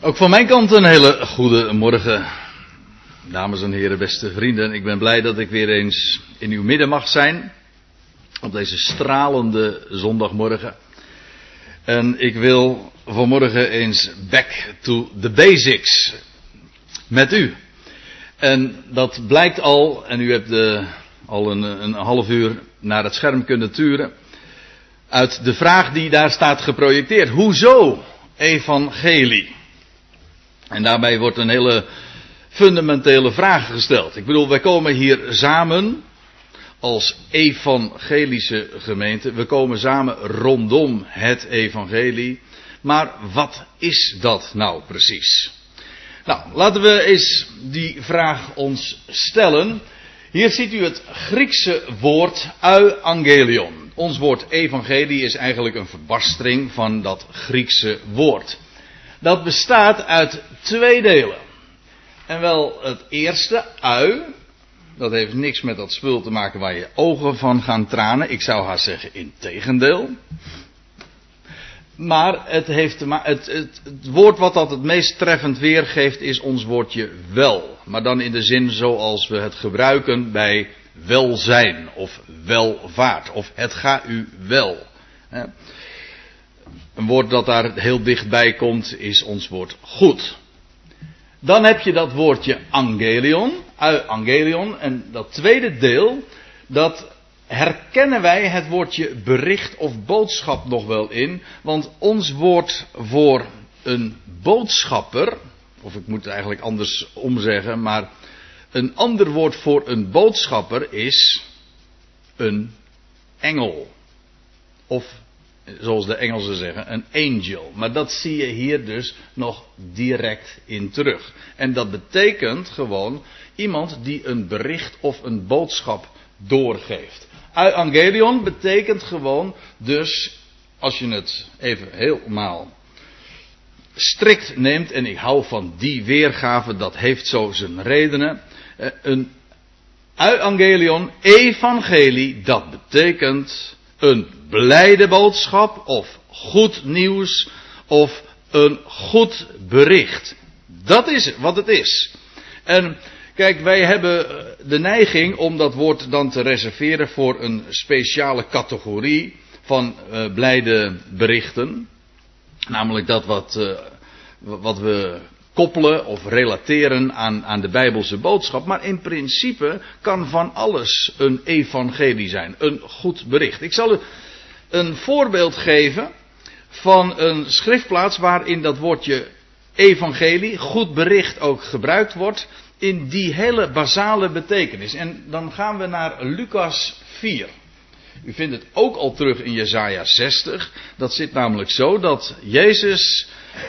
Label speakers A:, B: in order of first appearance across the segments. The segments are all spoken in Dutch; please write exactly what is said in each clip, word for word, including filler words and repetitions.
A: Ook van mijn kant een hele goede morgen, dames en heren, beste vrienden. Ik ben blij dat ik weer eens in uw midden mag zijn, op deze stralende zondagmorgen. En ik wil vanmorgen eens back to the basics met u. En dat blijkt al, en u hebt de, al een, een half uur naar het scherm kunnen turen, uit de vraag die daar staat geprojecteerd. Hoezo evangelie? En daarbij wordt een hele fundamentele vraag gesteld. Ik bedoel, wij komen hier samen als evangelische gemeente. We komen samen rondom het evangelie. Maar wat is dat nou precies? Nou, laten we eens die vraag ons stellen. Hier ziet u het Griekse woord euangelion. Ons woord evangelie is eigenlijk een verbastering van dat Griekse woord. Dat bestaat uit twee delen. En wel het eerste, ui. Dat heeft niks met dat spul te maken waar je ogen van gaan tranen. Ik zou haast zeggen integendeel. Maar het, heeft te ma- het, het, het woord wat dat het meest treffend weergeeft is ons woordje wel. Maar dan in de zin zoals we het gebruiken bij welzijn of welvaart. Of het gaat u wel. Een woord dat daar heel dichtbij komt is ons woord goed. Dan heb je dat woordje angelion, euangelion. En dat tweede deel, dat herkennen wij het woordje bericht of boodschap nog wel in. Want ons woord voor een boodschapper, of ik moet het eigenlijk anders omzeggen, maar een ander woord voor een boodschapper is een engel. Of zoals de Engelsen zeggen, een angel. Maar dat zie je hier dus nog direct in terug. En dat betekent gewoon iemand die een bericht of een boodschap doorgeeft. Euangelion betekent gewoon dus, als je het even helemaal strikt neemt, en ik hou van die weergave, dat heeft zo zijn redenen. Een euangelion, evangelie, dat betekent een blijde boodschap of goed nieuws of een goed bericht. Dat is wat het is. En kijk, wij hebben de neiging om dat woord dan te reserveren voor een speciale categorie van uh, blijde berichten. Namelijk dat wat, uh, wat we koppelen of relateren aan, aan de Bijbelse boodschap. Maar in principe kan van alles een evangelie zijn. Een goed bericht. Ik zal u een voorbeeld geven van een schriftplaats waarin dat woordje evangelie, goed bericht, ook gebruikt wordt in die hele basale betekenis. En dan gaan we naar Lucas vier. U vindt het ook al terug in Jesaja zestig. Dat zit namelijk zo dat Jezus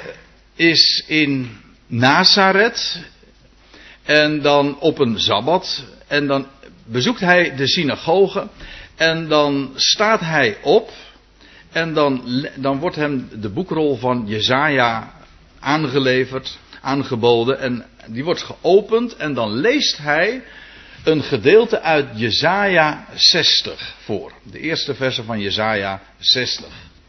A: is in Nazareth en dan op een Sabbat en dan bezoekt hij de synagoge en dan staat hij op en dan, dan wordt hem de boekrol van Jesaja aangeleverd, aangeboden en die wordt geopend en dan leest hij een gedeelte uit Jesaja zestig voor. De eerste versen van Jesaja zestig.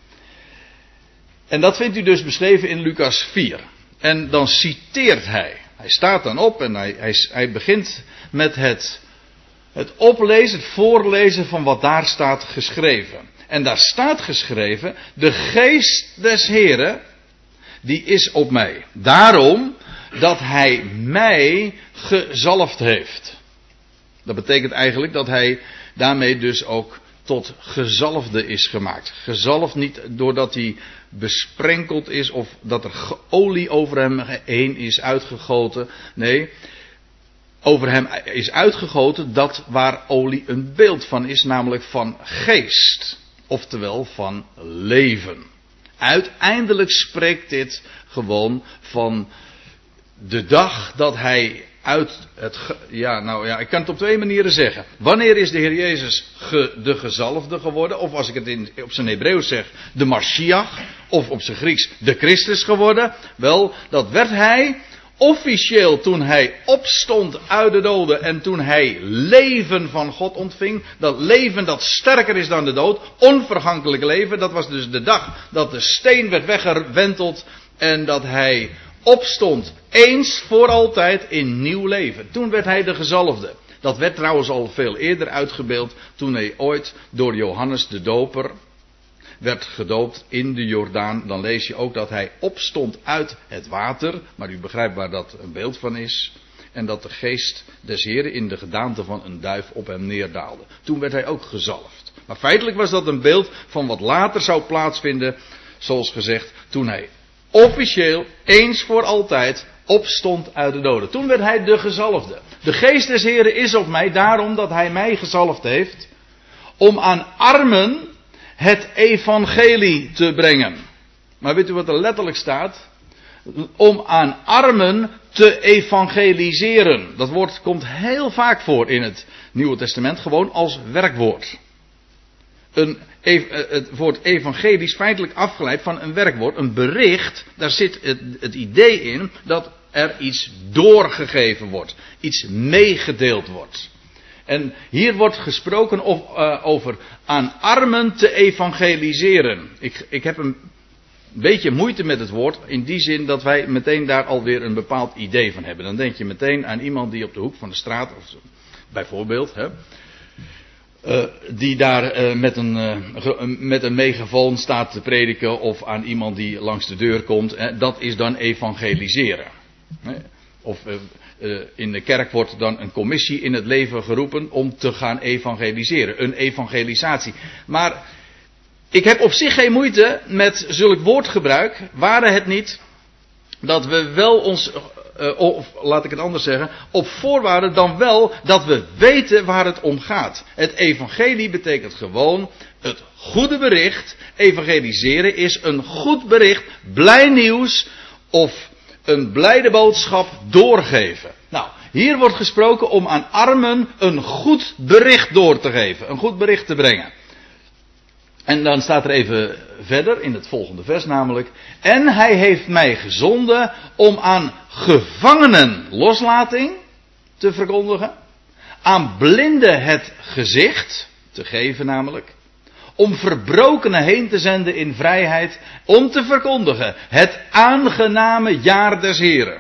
A: En dat vindt u dus beschreven in Lucas vier. En dan citeert hij. Hij staat dan op en hij, hij, hij begint met het, het oplezen, het voorlezen van wat daar staat geschreven. En daar staat geschreven, de geest des Heren, die is op mij. Daarom dat hij mij gezalfd heeft. Dat betekent eigenlijk dat hij daarmee dus ook tot gezalfde is gemaakt. Gezalfd niet doordat hij besprenkeld is of dat er olie over hem heen is uitgegoten. Nee, over hem is uitgegoten dat waar olie een beeld van is, namelijk van geest. Oftewel van leven. Uiteindelijk spreekt dit gewoon van de dag dat hij uit het... Ge- ja, nou ja, ik kan het op twee manieren zeggen. Wanneer is de Heer Jezus ge, de gezalfde geworden? Of als ik het in, op zijn Hebreeuws zeg, de Mashiach. Of op zijn Grieks, de Christus geworden. Wel, dat werd hij officieel toen hij opstond uit de doden. En toen hij leven van God ontving. Dat leven dat sterker is dan de dood. Onvergankelijk leven. Dat was dus de dag dat de steen werd weggewenteld. En dat hij opstond eens voor altijd in nieuw leven. Toen werd hij de gezalfde. Dat werd trouwens al veel eerder uitgebeeld toen hij ooit door Johannes de Doper werd gedoopt in de Jordaan. Dan lees je ook dat hij opstond uit het water. Maar u begrijpt waar dat een beeld van is. En dat de geest des Heren in de gedaante van een duif op hem neerdaalde. Toen werd hij ook gezalfd. Maar feitelijk was dat een beeld van wat later zou plaatsvinden. Zoals gezegd, toen hij officieel eens voor altijd opstond uit de doden. Toen werd hij de gezalfde. De geest des Heren is op mij, daarom dat hij mij gezalfd heeft, om aan armen het evangelie te brengen. Maar weet u wat er letterlijk staat? Om aan armen te evangeliseren. Dat woord komt heel vaak voor in het Nieuwe Testament, gewoon als werkwoord. Een, het woord evangelie is feitelijk afgeleid van een werkwoord, een bericht. Daar zit het, het idee in dat er iets doorgegeven wordt, iets meegedeeld wordt. En hier wordt gesproken of, uh, over aan armen te evangeliseren. Ik, ik heb een beetje moeite met het woord, in die zin dat wij meteen daar alweer een bepaald idee van hebben. Dan denk je meteen aan iemand die op de hoek van de straat, of zo, bijvoorbeeld, hè, uh, die daar uh, met, een, uh, met een megafoon staat te prediken, of aan iemand die langs de deur komt. Hè, dat is dan evangeliseren. Hè. Of uh, uh, in de kerk wordt dan een commissie in het leven geroepen om te gaan evangeliseren. Een evangelisatie. Maar ik heb op zich geen moeite met zulk woordgebruik, ware het niet dat we wel ons, uh, of laat ik het anders zeggen, op voorwaarde dan wel dat we weten waar het om gaat. Het evangelie betekent gewoon het goede bericht. Evangeliseren is een goed bericht, blij nieuws of een blijde boodschap doorgeven. Nou, hier wordt gesproken om aan armen een goed bericht door te geven, een goed bericht te brengen. En dan staat er even verder in het volgende vers namelijk. En hij heeft mij gezonden om aan gevangenen loslating te verkondigen. Aan blinden het gezicht te geven namelijk. Om verbrokenen heen te zenden in vrijheid. Om te verkondigen het aangename jaar des Heren.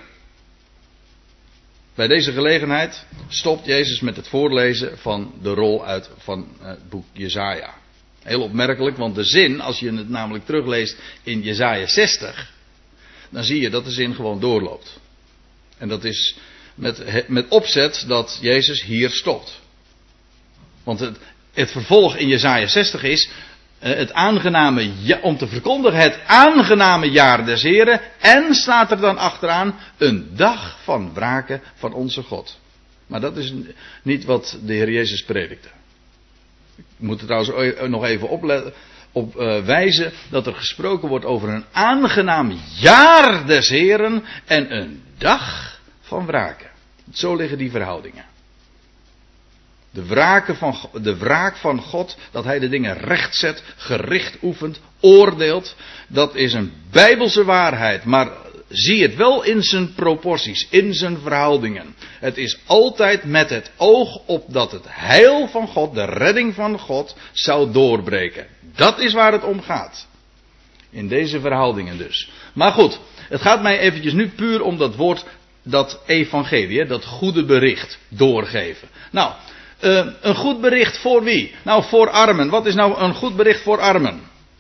A: Bij deze gelegenheid stopt Jezus met het voorlezen van de rol uit van het boek Jesaja. Heel opmerkelijk, want de zin, als je het namelijk terugleest in Jesaja zestig, dan zie je dat de zin gewoon doorloopt. En dat is met, met opzet dat Jezus hier stopt. Want het, het vervolg in Jesaja zestig is het aangename, om te verkondigen het aangename jaar des Heren. En staat er dan achteraan een dag van wraken van onze God. Maar dat is niet wat de Heer Jezus predikte. Ik moet er trouwens nog even op, op uh, wijzen dat er gesproken wordt over een aangenaam jaar des Heren en een dag van wraken. Zo liggen die verhoudingen. De, wraken van, de wraak van God, dat hij de dingen rechtzet, gericht oefent, oordeelt, dat is een bijbelse waarheid, maar zie het wel in zijn proporties, in zijn verhoudingen. Het is altijd met het oog op dat het heil van God, de redding van God, zou doorbreken. Dat is waar het om gaat. In deze verhoudingen dus. Maar goed, het gaat mij eventjes nu puur om dat woord, dat evangelie, dat goede bericht, doorgeven. Nou, uh, een goed bericht voor wie? Nou, voor armen. Wat is nou een goed bericht voor armen?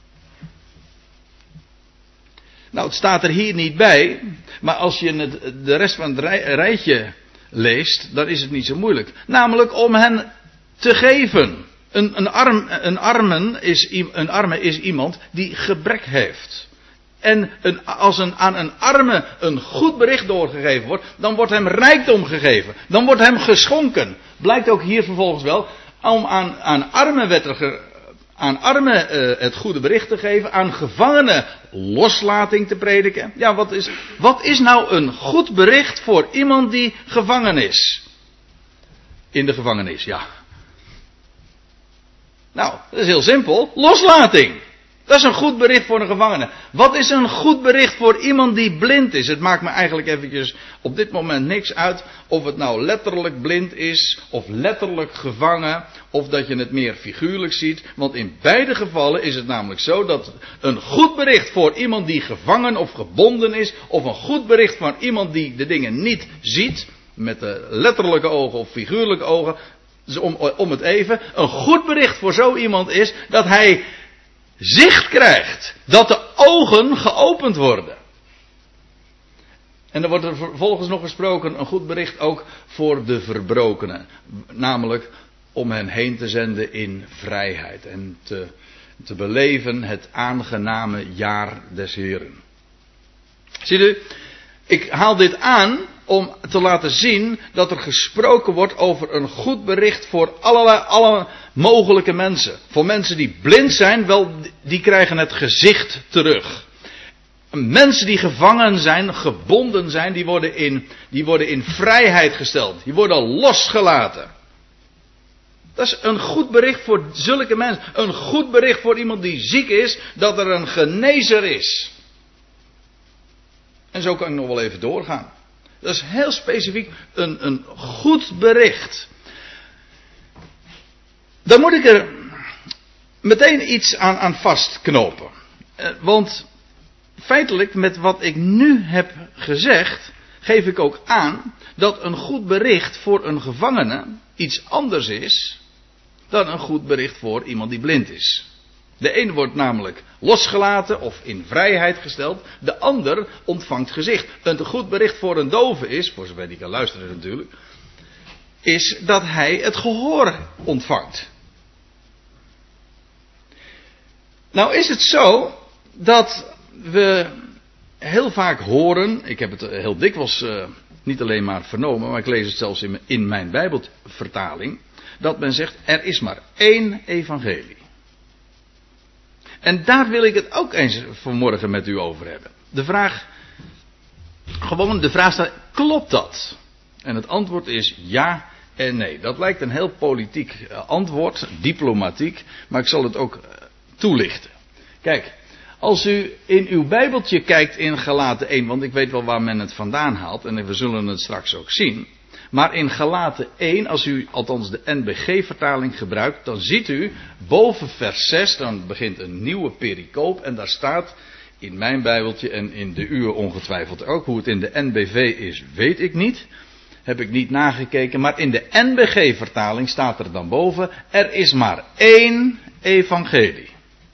A: Nou, het staat er hier niet bij, maar als je het, de rest van het rijtje leest, dan is het niet zo moeilijk. Namelijk om hen te geven. Een, een, arm, een, armen is, een arme is iemand die gebrek heeft. En een, als een, aan een arme een goed bericht doorgegeven wordt, dan wordt hem rijkdom gegeven. Dan wordt hem geschonken. Blijkt ook hier vervolgens wel, om aan, aan armen werd er ge, aan armen uh, het goede bericht te geven, aan gevangenen loslating te prediken. Ja, wat is, wat is nou een goed bericht voor iemand die gevangen is? In de gevangenis, ja. Nou, dat is heel simpel. Loslating. Dat is een goed bericht voor een gevangene. Wat is een goed bericht voor iemand die blind is? Het maakt me eigenlijk eventjes op dit moment niks uit of het nou letterlijk blind is of letterlijk gevangen of dat je het meer figuurlijk ziet. Want in beide gevallen is het namelijk zo dat een goed bericht voor iemand die gevangen of gebonden is of een goed bericht van iemand die de dingen niet ziet met de letterlijke ogen of figuurlijke ogen, dus om, om het even, een goed bericht voor zo iemand is dat hij zicht krijgt. Dat de ogen geopend worden. En dan wordt er vervolgens nog gesproken, een goed bericht ook voor de verbrokenen. Namelijk om hen heen te zenden in vrijheid. En te, te beleven het aangename jaar des Heeren. Ziet u, ik haal dit aan om te laten zien dat er gesproken wordt over een goed bericht voor allerlei, alle mogelijke mensen. Voor mensen die blind zijn, wel, die krijgen het gezicht terug. Mensen die gevangen zijn, gebonden zijn, die worden in, die worden in vrijheid gesteld. Die worden losgelaten. Dat is een goed bericht voor zulke mensen. Een goed bericht voor iemand die ziek is, dat er een genezer is. En zo kan ik nog wel even doorgaan. Dat is heel specifiek een, een goed bericht. Dan moet ik er meteen iets aan, aan vastknopen. Want feitelijk met wat ik nu heb gezegd, geef ik ook aan dat een goed bericht voor een gevangene iets anders is dan een goed bericht voor iemand die blind is. De een wordt namelijk losgelaten of in vrijheid gesteld. De ander ontvangt gezicht. Een goed bericht voor een dove is, voor zover die kan luisteren natuurlijk, is dat hij het gehoor ontvangt. Nou is het zo dat we heel vaak horen, ik heb het heel dikwijls uh, niet alleen maar vernomen, maar ik lees het zelfs in, in mijn Bijbelvertaling, dat men zegt, er is maar één evangelie. En daar wil ik het ook eens vanmorgen met u over hebben. De vraag, gewoon de vraag staat, klopt dat? En het antwoord is ja en nee. Dat lijkt een heel politiek antwoord, diplomatiek, maar ik zal het ook toelichten. Kijk, als u in uw Bijbeltje kijkt in Galaten één, want ik weet wel waar men het vandaan haalt en we zullen het straks ook zien. Maar in Galaten één, als u althans de N B G-vertaling gebruikt, dan ziet u boven vers zes, dan begint een nieuwe pericoop en daar staat in mijn Bijbeltje en in de uwe ongetwijfeld ook, hoe het in de N B V is, weet ik niet. Heb ik niet nagekeken, maar in de N B G-vertaling staat er dan boven, er is maar één evangelie.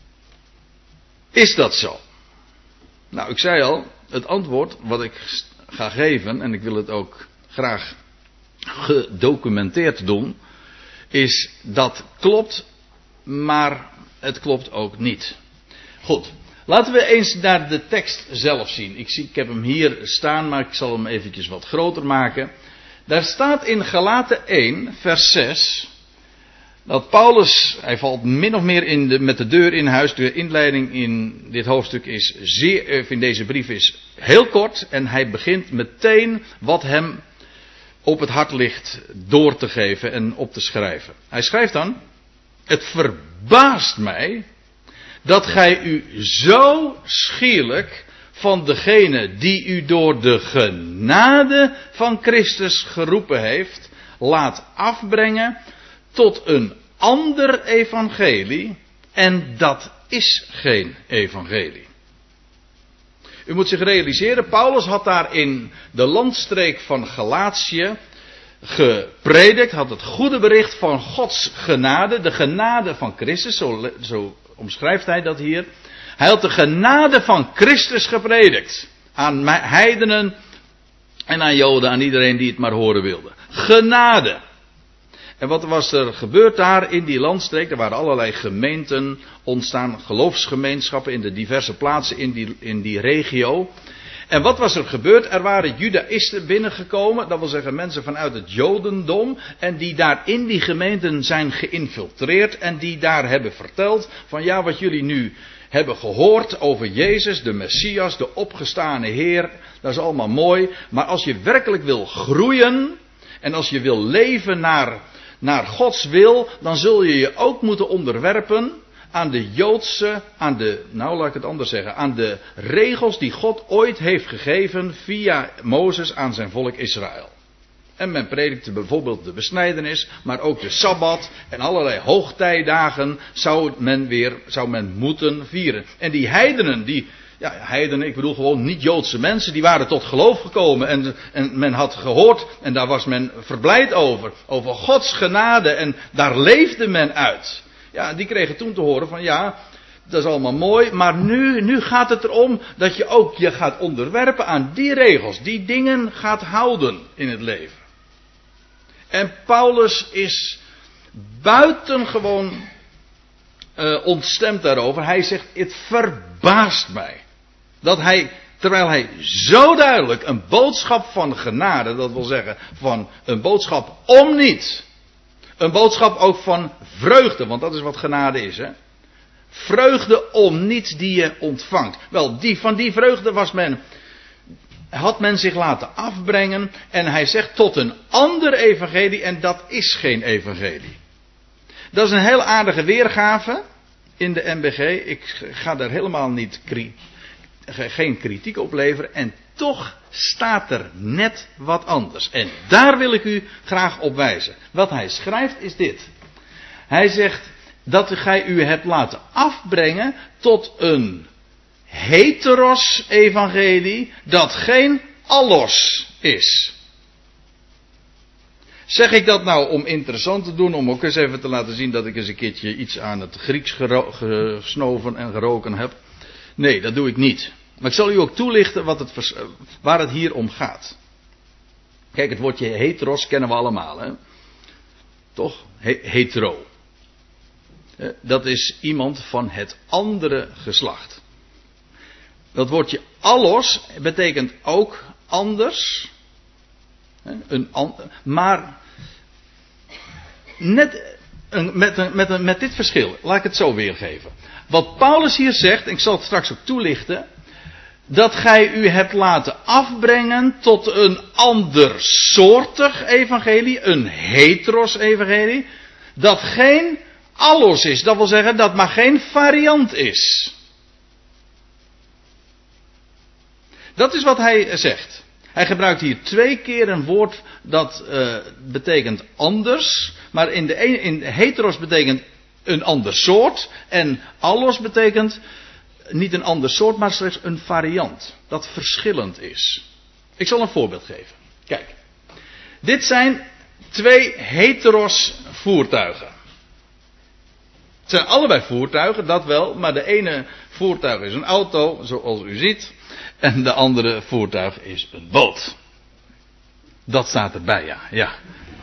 A: Is dat zo? Nou, ik zei al, het antwoord wat ik ga geven, en ik wil het ook graag gedocumenteerd doen, is dat klopt, maar het klopt ook niet. Goed, laten we eens naar de tekst zelf zien. Ik, zie, ik heb hem hier staan, maar ik zal hem eventjes wat groter maken. Daar staat in Galaten één, vers zes, dat Paulus, hij valt min of meer in de, met de deur in huis. De inleiding in dit hoofdstuk is zeer, in deze brief is heel kort en hij begint meteen wat hem op het hart ligt door te geven en op te schrijven. Hij schrijft dan, het verbaast mij dat gij u zo schielijk van degene die u door de genade van Christus geroepen heeft, laat afbrengen tot een ander evangelie, en dat is geen evangelie. U moet zich realiseren, Paulus had daar in de landstreek van Galatië gepredikt, had het goede bericht van Gods genade, de genade van Christus, zo, zo omschrijft hij dat hier. Hij had de genade van Christus gepredikt aan heidenen en aan Joden, aan iedereen die het maar horen wilde. Genade. En wat was er gebeurd daar in die landstreek? Er waren allerlei gemeenten ontstaan, geloofsgemeenschappen in de diverse plaatsen in die, in die regio. En wat was er gebeurd? Er waren judaïsten binnengekomen, dat wil zeggen mensen vanuit het Jodendom, en die daar in die gemeenten zijn geïnfiltreerd en die daar hebben verteld van ja, wat jullie nu hebben gehoord over Jezus, de Messias, de opgestane Heer, dat is allemaal mooi, maar als je werkelijk wil groeien en als je wil leven naar, naar Gods wil, dan zul je je ook moeten onderwerpen aan de Joodse, aan de, nou laat ik het anders zeggen, aan de regels die God ooit heeft gegeven via Mozes aan zijn volk Israël. En men predikte bijvoorbeeld de besnijdenis, maar ook de Sabbat en allerlei hoogtijdagen zou men weer, zou men moeten vieren. En die heidenen, die, ja heidenen, ik bedoel gewoon niet-Joodse mensen, die waren tot geloof gekomen en, en men had gehoord en daar was men verblijd over, over Gods genade en daar leefde men uit. Ja, die kregen toen te horen van ja, dat is allemaal mooi, maar nu, nu gaat het erom dat je ook je gaat onderwerpen aan die regels, die dingen gaat houden in het leven. En Paulus is buitengewoon uh, ontstemd daarover. Hij zegt, het verbaast mij dat hij, terwijl hij zo duidelijk een boodschap van genade, dat wil zeggen van een boodschap om niet, een boodschap ook van vreugde, want dat is wat genade is, hè? Vreugde om niet die je ontvangt. Wel, die, van die vreugde was men, had men zich laten afbrengen en hij zegt tot een ander evangelie en dat is geen evangelie. Dat is een heel aardige weergave in de M B G. Ik ga daar helemaal niet kri- geen kritiek op leveren en toch staat er net wat anders. En daar wil ik u graag op wijzen. Wat hij schrijft is dit. Hij zegt dat gij u hebt laten afbrengen tot een heteros evangelie dat geen allos is. Zeg ik dat nou om interessant te doen, om ook eens even te laten zien dat ik eens een keertje iets aan het Grieks gero- gesnoven en geroken heb? Nee, dat doe ik niet. Maar ik zal u ook toelichten wat het vers- waar het hier om gaat. Kijk, het woordje heteros kennen we allemaal, hè? Toch? He- hetero. Dat is iemand van het andere geslacht. Dat woordje allos betekent ook anders. Een an, maar net een, met, een, met, een, met dit verschil. Laat ik het zo weergeven. Wat Paulus hier zegt, en ik zal het straks ook toelichten. Dat gij u hebt laten afbrengen tot een andersoortig evangelie. Een heteros evangelie. Dat geen allos is. Dat wil zeggen dat maar geen variant is. Dat is wat hij zegt. Hij gebruikt hier twee keer een woord dat uh, betekent anders. Maar in de, een, in heteros betekent een ander soort. En allos betekent niet een ander soort, maar slechts een variant. Dat verschillend is. Ik zal een voorbeeld geven. Kijk. Dit zijn twee heteros voertuigen. Het zijn allebei voertuigen, dat wel. Maar de ene voertuig is een auto, zoals u ziet. En de andere voertuig is een boot. Dat staat erbij, ja. ja.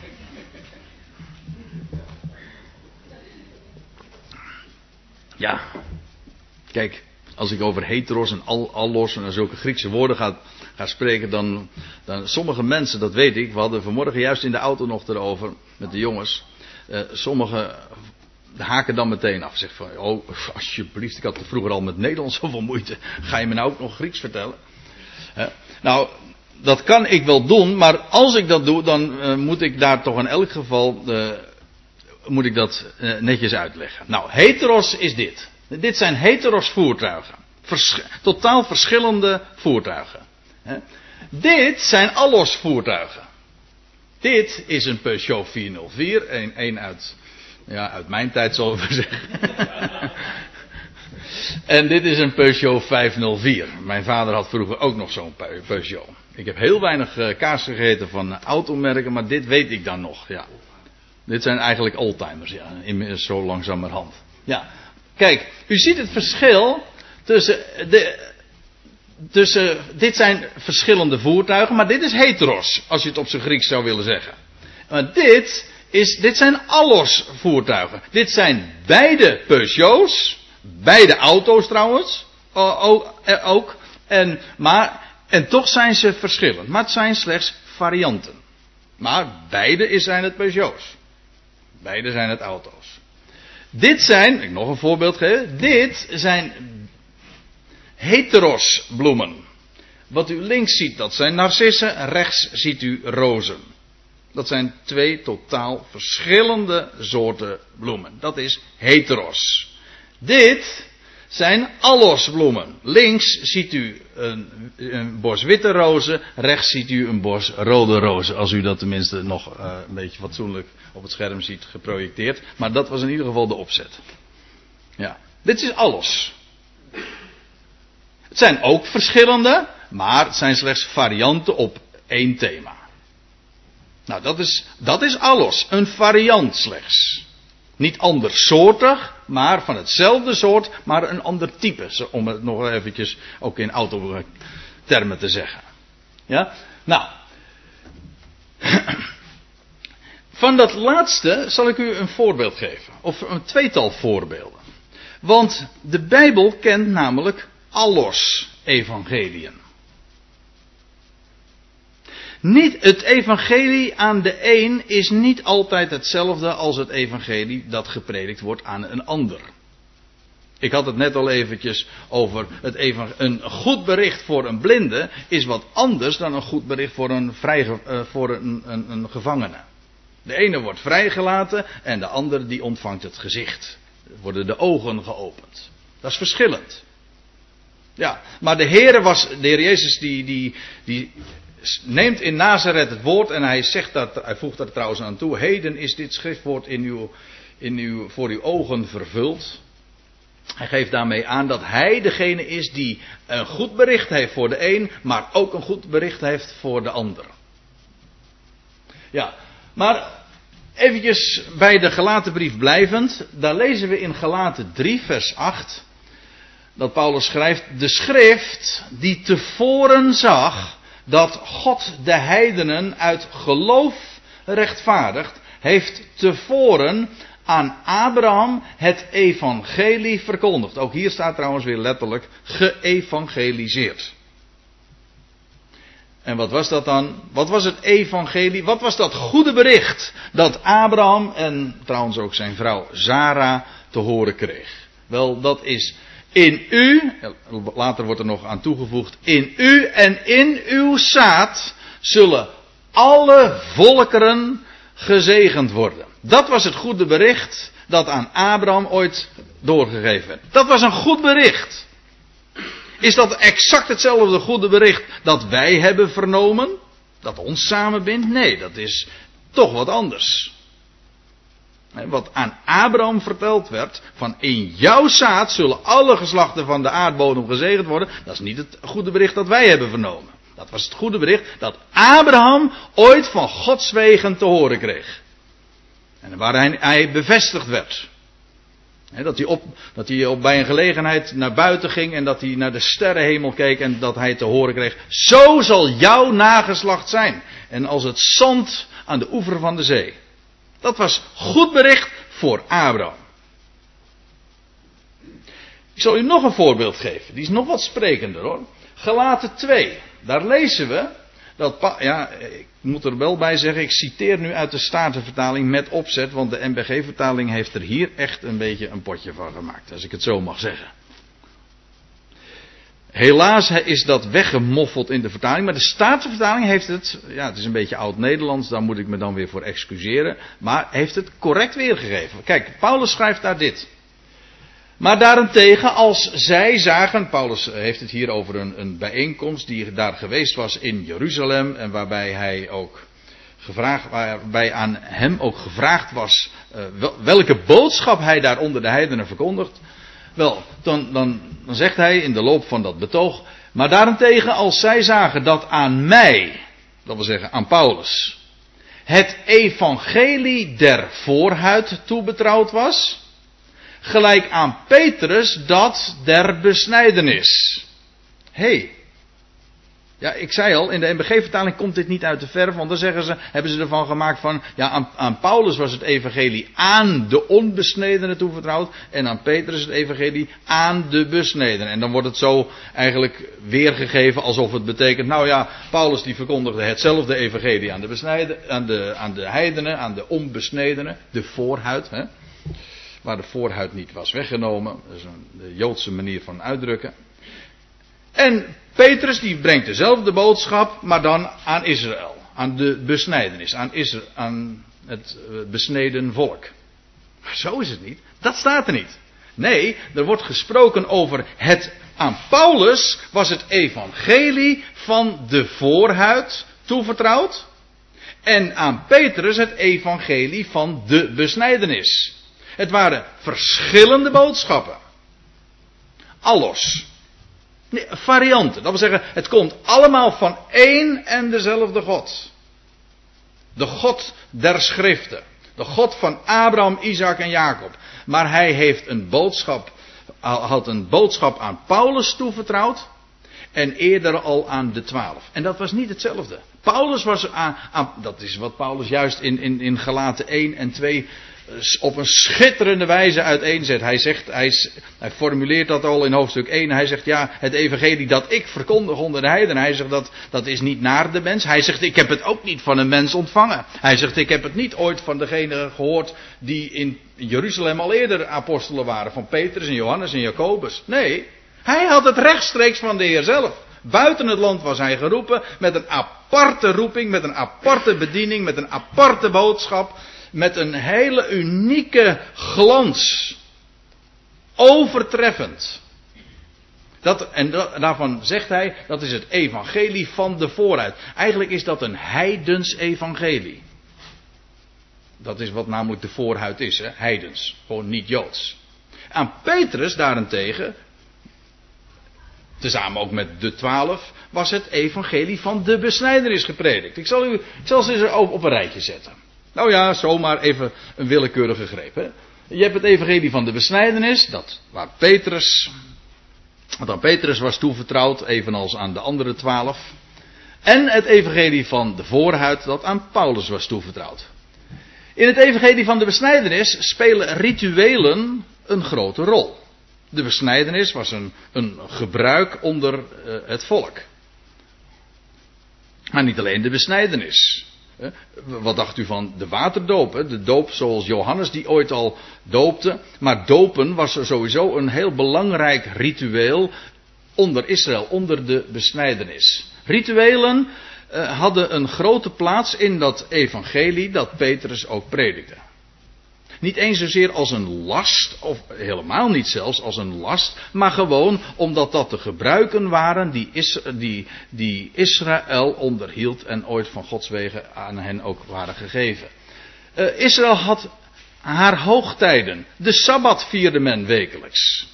A: Ja. Kijk, als ik over heteros en al, allos en zulke Griekse woorden ga, ga spreken, dan, dan sommige mensen, dat weet ik, we hadden vanmorgen juist in de auto nog erover met de jongens. Uh, sommige haken dan meteen af. Zeg van, oh, alsjeblieft, ik had vroeger al met Nederlands zoveel moeite. Ga je me nou ook nog Grieks vertellen? He? Nou, dat kan ik wel doen, maar als ik dat doe, dan uh, moet ik daar toch in elk geval, uh, moet ik dat uh, netjes uitleggen. Nou, heteros is dit. Dit zijn heteros voertuigen. Vers- totaal verschillende voertuigen. He? Dit zijn allos voertuigen. Dit is een Peugeot vierhonderdvier, een, een uit... Ja, uit mijn tijd zal ik maar zeggen. En dit is een Peugeot vijfhonderdvier. Mijn vader had vroeger ook nog zo'n Peugeot. Ik heb heel weinig uh, kaas gegeten van automerken, maar dit weet ik dan nog. Ja. Dit zijn eigenlijk oldtimers, ja. Inmiddels zo langzamerhand. Ja. Kijk, u ziet het verschil tussen de... tussen, dit zijn verschillende voertuigen, maar dit is heteros, als je het op zijn Grieks zou willen zeggen. Maar dit... Is, dit zijn allos voertuigen. Dit zijn beide Peugeots. Beide auto's trouwens. Ook. En, maar, en toch zijn ze verschillend. Maar het zijn slechts varianten. Maar beide zijn het Peugeots. Beide zijn het auto's. Dit zijn, ik nog een voorbeeld geven. Dit zijn heteros bloemen. Wat u links ziet, dat zijn narcissen. Rechts ziet u rozen. Dat zijn twee totaal verschillende soorten bloemen. Dat is heteros. Dit zijn allosbloemen. Links ziet u een, een bos witte rozen, rechts ziet u een bos rode rozen. Als u dat tenminste nog uh, een beetje fatsoenlijk op het scherm ziet geprojecteerd. Maar dat was in ieder geval de opzet. Ja, dit is alles. Het zijn ook verschillende, maar het zijn slechts varianten op één thema. Nou, dat is, dat is alles. Een variant slechts. Niet andersoortig, maar van hetzelfde soort, maar een ander type. Om het nog eventjes ook in autotermen te zeggen. Ja? Nou. Van dat laatste zal ik u een voorbeeld geven. Of een tweetal voorbeelden. Want de Bijbel kent namelijk allos evangeliën. Niet het evangelie aan de een is niet altijd hetzelfde als het evangelie dat gepredikt wordt aan een ander. Ik had het net al eventjes over het evang- een goed bericht voor een blinde is wat anders dan een goed bericht voor een, vrij, uh, voor een, een, een gevangene. De ene wordt vrijgelaten en de ander die ontvangt het gezicht. Er worden de ogen geopend. Dat is verschillend. Ja, maar de Heer was, de Heer Jezus die, die, die neemt in Nazareth het woord en hij zegt dat, hij voegt daar trouwens aan toe, heden is dit schriftwoord in uw, in uw, voor uw ogen vervuld. Hij geeft daarmee aan dat hij degene is die een goed bericht heeft voor de een, maar ook een goed bericht heeft voor de ander. Ja, maar eventjes bij de Galatenbrief blijvend, daar lezen we in Galaten drie vers acht, dat Paulus schrijft, de schrift die tevoren zag dat God de heidenen uit geloof rechtvaardigt, heeft tevoren aan Abraham het evangelie verkondigd. Ook hier staat trouwens weer letterlijk geëvangeliseerd. En wat was dat dan? Wat was het evangelie? Wat was dat goede bericht dat Abraham en trouwens ook zijn vrouw Sarah te horen kreeg? Wel, dat is in u, later wordt er nog aan toegevoegd, in u en in uw zaad zullen alle volkeren gezegend worden. Dat was het goede bericht dat aan Abraham ooit doorgegeven werd. Dat was een goed bericht. Is dat exact hetzelfde goede bericht dat wij hebben vernomen? Dat ons samenbindt? Nee, dat is toch wat anders. Wat aan Abraham verteld werd, van in jouw zaad zullen alle geslachten van de aardbodem gezegend worden. Dat is niet het goede bericht dat wij hebben vernomen. Dat was het goede bericht dat Abraham ooit van Gods wegen te horen kreeg. En waar hij, hij bevestigd werd. He, dat hij, op, dat hij op, bij een gelegenheid naar buiten ging en dat hij naar de sterrenhemel keek en dat hij te horen kreeg. Zo zal jouw nageslacht zijn. En als het zand aan de oever van de zee. Dat was goed bericht voor Abraham. Ik zal u nog een voorbeeld geven. Die is nog wat sprekender hoor. Galaten twee. Daar lezen we. Dat, ja, ik moet er wel bij zeggen. Ik citeer nu uit de Statenvertaling met opzet. Want de N B G-vertaling heeft er hier echt een beetje een potje van gemaakt. Als ik het zo mag zeggen. Helaas is dat weggemoffeld in de vertaling. Maar de Statenvertaling heeft het. Ja, het is een beetje oud-Nederlands. Daar moet ik me dan weer voor excuseren. Maar heeft het correct weergegeven. Kijk, Paulus schrijft daar dit. Maar daarentegen, als zij zagen, Paulus heeft het hier over een, een bijeenkomst die daar geweest was in Jeruzalem en waarbij hij ook gevraagd, waarbij aan hem ook gevraagd was uh, welke boodschap hij daar onder de heidenen verkondigt. Wel, dan, dan, dan zegt hij in de loop van dat betoog, maar daarentegen, als zij zagen dat aan mij, dat wil zeggen aan Paulus, het evangelie der voorhuid toebetrouwd was, gelijk aan Petrus dat der besnijdenis. Hé. Hey. Ja, ik zei al, in de N B G-vertaling komt dit niet uit de verf, want dan zeggen ze, hebben ze ervan gemaakt van, ja, aan, aan Paulus was het evangelie aan de onbesnedenen toevertrouwd, en aan Petrus het evangelie aan de besnedenen. En dan wordt het zo eigenlijk weergegeven alsof het betekent, nou ja, Paulus die verkondigde hetzelfde evangelie aan de besnijden, aan de, aan de heidenen, aan de onbesnedenen, de voorhuid, hè. Waar de voorhuid niet was weggenomen. Dat is een, de Joodse manier van uitdrukken. En Petrus die brengt dezelfde boodschap, maar dan aan Israël. Aan de besnijdenis. Aan, Israël, aan het besneden volk. Maar zo is het niet. Dat staat er niet. Nee, er wordt gesproken over het, aan Paulus was het evangelie van de voorhuid toevertrouwd. En aan Petrus het evangelie van de besnijdenis. Het waren verschillende boodschappen. Allos. Nee, varianten. Dat wil zeggen, het komt allemaal van één en dezelfde God. De God der schriften. De God van Abraham, Isaac en Jacob. Maar hij heeft een boodschap, had een boodschap aan Paulus toevertrouwd. En eerder al aan de twaalf. En dat was niet hetzelfde. Paulus was aan, aan dat is wat Paulus juist in, in, in Galaten één en twee op een schitterende wijze uiteenzet. Hij zegt, hij, hij formuleert dat al in hoofdstuk één. Hij zegt, ja, het evangelie dat ik verkondig onder de heidenen. Hij zegt, dat, dat is niet naar de mens. Hij zegt, ik heb het ook niet van een mens ontvangen. Hij zegt, ik heb het niet ooit van degene gehoord die in Jeruzalem al eerder apostelen waren. Van Petrus en Johannes en Jacobus. Nee, hij had het rechtstreeks van de Heer zelf. Buiten het land was hij geroepen met een aparte roeping, met een aparte bediening, met een aparte boodschap. Met een hele unieke glans. Overtreffend. Dat, en dat, daarvan zegt hij, dat is het evangelie van de vooruit. Eigenlijk is dat een heidens evangelie. Dat is wat namelijk de voorhuid is, hè? Heidens. Gewoon niet Joods. Aan Petrus daarentegen, tezamen ook met de twaalf, was het evangelie van de besnijdenis gepredikt. Ik zal u, ik zal ze eens op een rijtje zetten. Nou ja, zomaar even een willekeurige greep. Hè? Je hebt het evangelie van de besnijdenis, dat waar Petrus, wat aan Petrus was toevertrouwd, evenals aan de andere twaalf. En het evangelie van de voorhuid, dat aan Paulus was toevertrouwd. In het evangelie van de besnijdenis spelen rituelen een grote rol. De besnijdenis was een, een gebruik onder uh, het volk. Maar niet alleen de besnijdenis. Wat dacht u van de waterdoop? De doop zoals Johannes die ooit al doopte. Maar dopen was sowieso een heel belangrijk ritueel onder Israël, onder de besnijdenis. Rituelen uh, hadden een grote plaats in dat evangelie dat Petrus ook predikte. Niet eens zozeer als een last, of helemaal niet zelfs als een last, maar gewoon omdat dat de gebruiken waren die, Is, die, die Israël onderhield en ooit van Gods wegen aan hen ook waren gegeven. Uh, Israël had haar hoogtijden. De Sabbat vierde men wekelijks.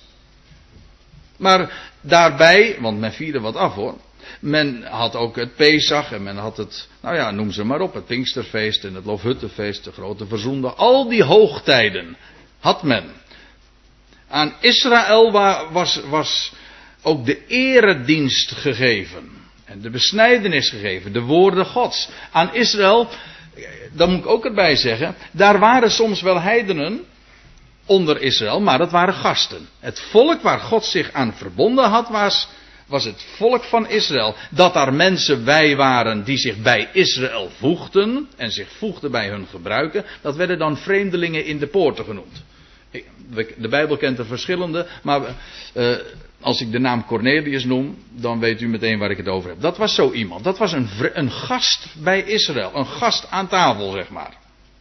A: Maar daarbij, want men vierde wat af hoor. Men had ook het Pesach en men had het, nou ja, noem ze maar op, het Pinksterfeest en het Loofhuttenfeest, de grote verzoendag. Al die hoogtijden had men. Aan Israël was, was ook de eredienst gegeven. En de besnijdenis gegeven, de woorden Gods. Aan Israël, dan moet ik ook erbij zeggen, daar waren soms wel heidenen onder Israël, maar dat waren gasten. Het volk waar God zich aan verbonden had was... was het volk van Israël. Dat daar mensen bij waren die zich bij Israël voegden. En zich voegden bij hun gebruiken. Dat werden dan vreemdelingen in de poorten genoemd. De Bijbel kent er verschillende. Maar uh, als ik de naam Cornelius noem. Dan weet u meteen waar ik het over heb. Dat was zo iemand. Dat was een, een gast bij Israël. Een gast aan tafel zeg maar.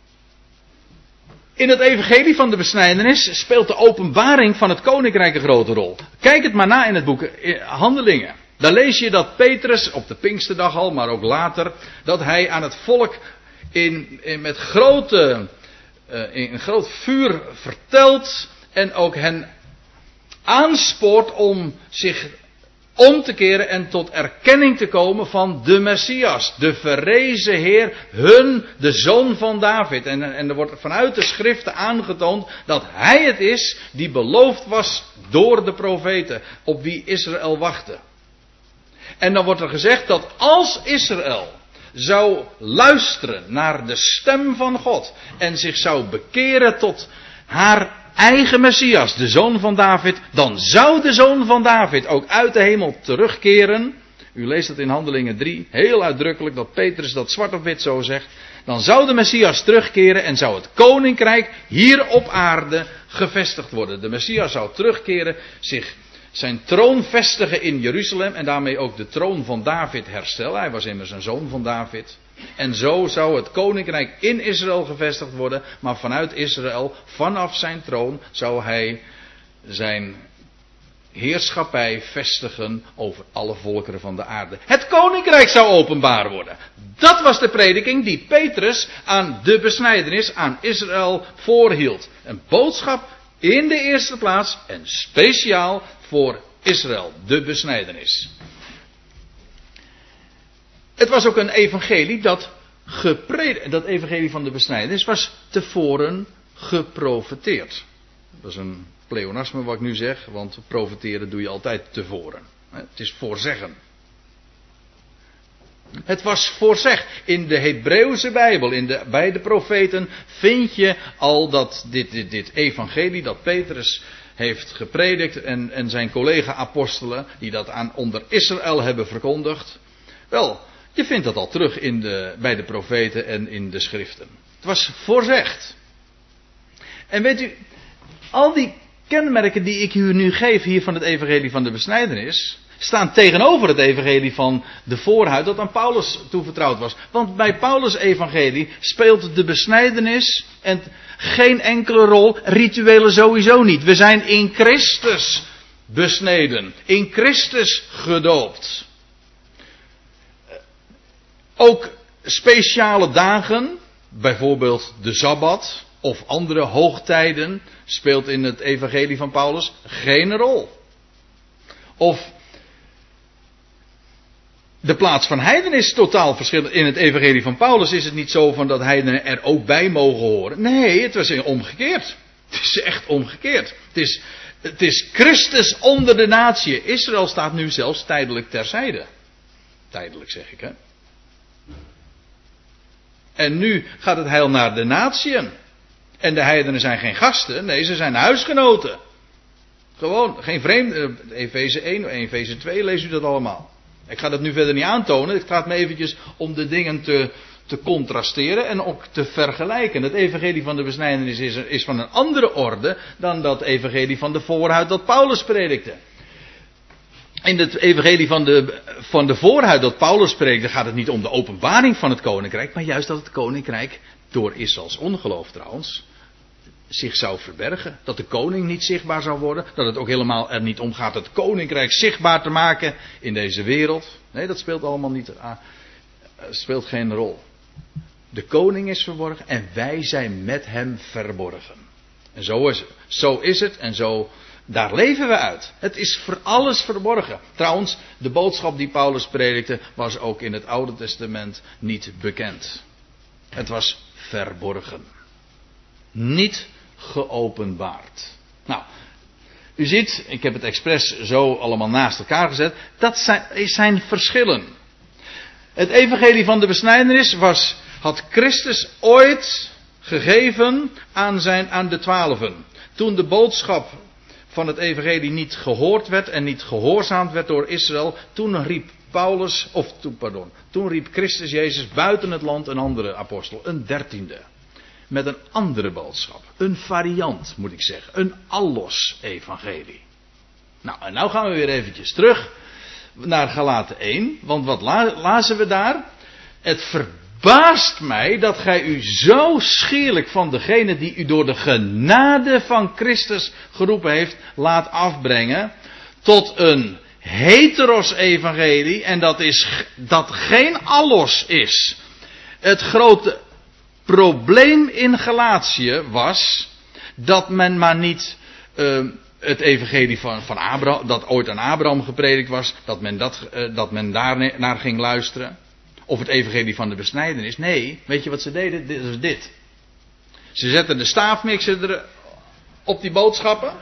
A: In het evangelie van de besnijdenis speelt de openbaring van het koninkrijk een grote rol. Kijk het maar na in het boek Handelingen. Daar lees je dat Petrus op de Pinksterdag al, maar ook later, dat hij aan het volk in, in met grote, uh, in een groot vuur vertelt en ook hen aanspoort om zich om te keren en tot erkenning te komen van de Messias. De verrezen Heer, hun, de zoon van David. En, en er wordt vanuit de schriften aangetoond dat hij het is die beloofd was door de profeten. Op wie Israël wachtte. En dan wordt er gezegd dat als Israël zou luisteren naar de stem van God. En zich zou bekeren tot haar eigen Messias, de zoon van David, dan zou de zoon van David ook uit de hemel terugkeren. U leest het in Handelingen drie, heel uitdrukkelijk, dat Petrus dat zwart op wit zo zegt. Dan zou de Messias terugkeren en zou het koninkrijk hier op aarde gevestigd worden. De Messias zou terugkeren, zich zijn troon vestigen in Jeruzalem en daarmee ook de troon van David herstellen. Hij was immers een zoon van David. En zo zou het koninkrijk in Israël gevestigd worden, maar vanuit Israël, vanaf zijn troon, zou hij zijn heerschappij vestigen over alle volkeren van de aarde. Het koninkrijk zou openbaar worden. Dat was de prediking die Petrus aan de besnijdenis, aan Israël voorhield. Een boodschap in de eerste plaats en speciaal voor Israël, de besnijdenis. Het was ook een evangelie dat gepredikt, dat evangelie van de besnijdenis was tevoren geprofeteerd. Dat is een pleonasme wat ik nu zeg, want profeteren doe je altijd tevoren. Het is voorzeggen. Het was voorzegd. In de Hebreeuwse Bijbel, in de, bij de profeten, vind je al dat dit, dit, dit evangelie dat Petrus heeft gepredikt en, en zijn collega-apostelen, die dat aan onder Israël hebben verkondigd. Wel, je vindt dat al terug in de, bij de profeten en in de schriften. Het was voorzegd. En weet u, al die kenmerken die ik u nu geef hier van het evangelie van de besnijdenis, staan tegenover het evangelie van de voorhuid dat aan Paulus toevertrouwd was. Want bij Paulus' evangelie speelt de besnijdenis en geen enkele rol, rituelen sowieso niet. We zijn in Christus besneden, in Christus gedoopt. Ook speciale dagen, bijvoorbeeld de Sabbat of andere hoogtijden, speelt in het evangelie van Paulus geen rol. Of de plaats van heidenen is totaal verschillend. In het evangelie van Paulus is het niet zo van dat heidenen er ook bij mogen horen. Nee, het was omgekeerd. Het is echt omgekeerd. Het is, het is Christus onder de natie. Israël staat nu zelfs tijdelijk terzijde. Tijdelijk zeg ik, hè. En nu gaat het heil naar de natieën. En de heidenen zijn geen gasten, nee, ze zijn huisgenoten. Gewoon, geen vreemde. Efeze één, Efeze twee, lees u dat allemaal. Ik ga dat nu verder niet aantonen. Het gaat me eventjes om de dingen te, te contrasteren en ook te vergelijken. Het evangelie van de besnijdenis is, is van een andere orde dan dat evangelie van de voorhuid dat Paulus predikte. In het evangelie van de, van de voorhuid dat Paulus predikte gaat het niet om de openbaring van het koninkrijk, maar juist dat het koninkrijk, door Israëls ongeloof trouwens, zich zou verbergen. Dat de koning niet zichtbaar zou worden. Dat het ook helemaal er niet om gaat het koninkrijk zichtbaar te maken in deze wereld. Nee, dat speelt allemaal niet. Uh, speelt geen rol. De koning is verborgen en wij zijn met hem verborgen. En zo is het. Zo is het en zo, daar leven we uit. Het is voor alles verborgen. Trouwens, de boodschap die Paulus predikte was ook in het Oude Testament niet bekend. Het was verborgen. Niet geopenbaard. Nou, u ziet, ik heb het expres zo allemaal naast elkaar gezet. Dat zijn, zijn verschillen. Het evangelie van de besnijdenis was, had Christus ooit gegeven aan, zijn, aan de twaalfen. Toen de boodschap van het evangelie niet gehoord werd en niet gehoorzaamd werd door Israël, toen riep Paulus, of toen, pardon, toen riep Christus Jezus buiten het land een andere apostel, een dertiende. Met een andere boodschap. Een variant, moet ik zeggen. Een allos-evangelie. Nou, en nou gaan we weer eventjes terug naar Galaten één. Want wat la- lazen we daar? Het verbaast mij dat gij u zo schielijk van degene die u door de genade van Christus geroepen heeft, laat afbrengen tot een heteros-evangelie. En dat is dat geen allos is. Het grote probleem in Galatië was dat men maar niet uh, het evangelie van, van Abraham, dat ooit aan Abraham gepredikt was, dat men, dat, uh, dat men daar naar ging luisteren. Of het evangelie van de besnijdenis. Nee, weet je wat ze deden? Dit is dit. Ze zetten de staafmixer er op die boodschappen.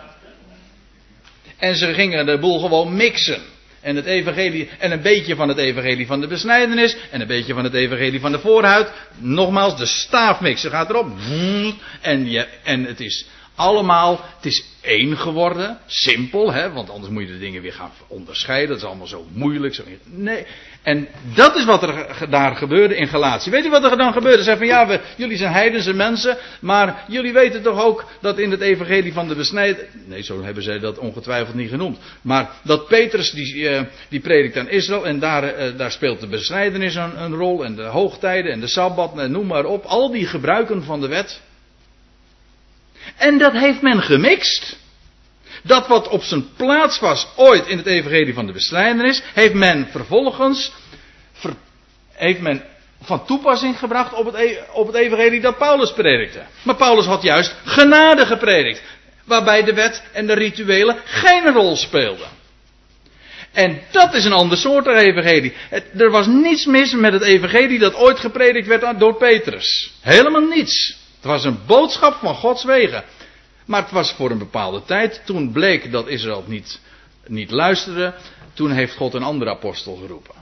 A: En ze gingen de boel gewoon mixen. En het evangelie, en een beetje van het evangelie van de besnijdenis, en een beetje van het evangelie van de voorhuid. Nogmaals, de staafmixer gaat erop. En, je, en het is allemaal, het is één geworden. Simpel, hè, want anders moet je de dingen weer gaan onderscheiden. Dat is allemaal zo moeilijk. Zo, nee. En dat is wat er daar gebeurde in Galatië. Weet u wat er dan gebeurde? Ze zeiden van ja, we, jullie zijn heidense mensen, maar jullie weten toch ook dat in het evangelie van de besnijdenis, nee, zo hebben zij dat ongetwijfeld niet genoemd, maar dat Petrus die, uh, die predikt aan Israël en daar, uh, daar speelt de besnijdenis een, een rol en de hoogtijden en de Sabbat en noem maar op, al die gebruiken van de wet. En dat heeft men gemixt. Dat wat op zijn plaats was ooit in het evangelie van de besnijdenis, heeft men vervolgens ver, heeft men van toepassing gebracht op het, op het evangelie dat Paulus predikte. Maar Paulus had juist genade gepredikt, waarbij de wet en de rituelen geen rol speelden. En dat is een ander soort evangelie. Het, er was niets mis met het evangelie dat ooit gepredikt werd door Petrus. Helemaal niets. Het was een boodschap van Gods wegen. Maar het was voor een bepaalde tijd. Toen bleek dat Israël niet, niet luisterde. Toen heeft God een andere apostel geroepen.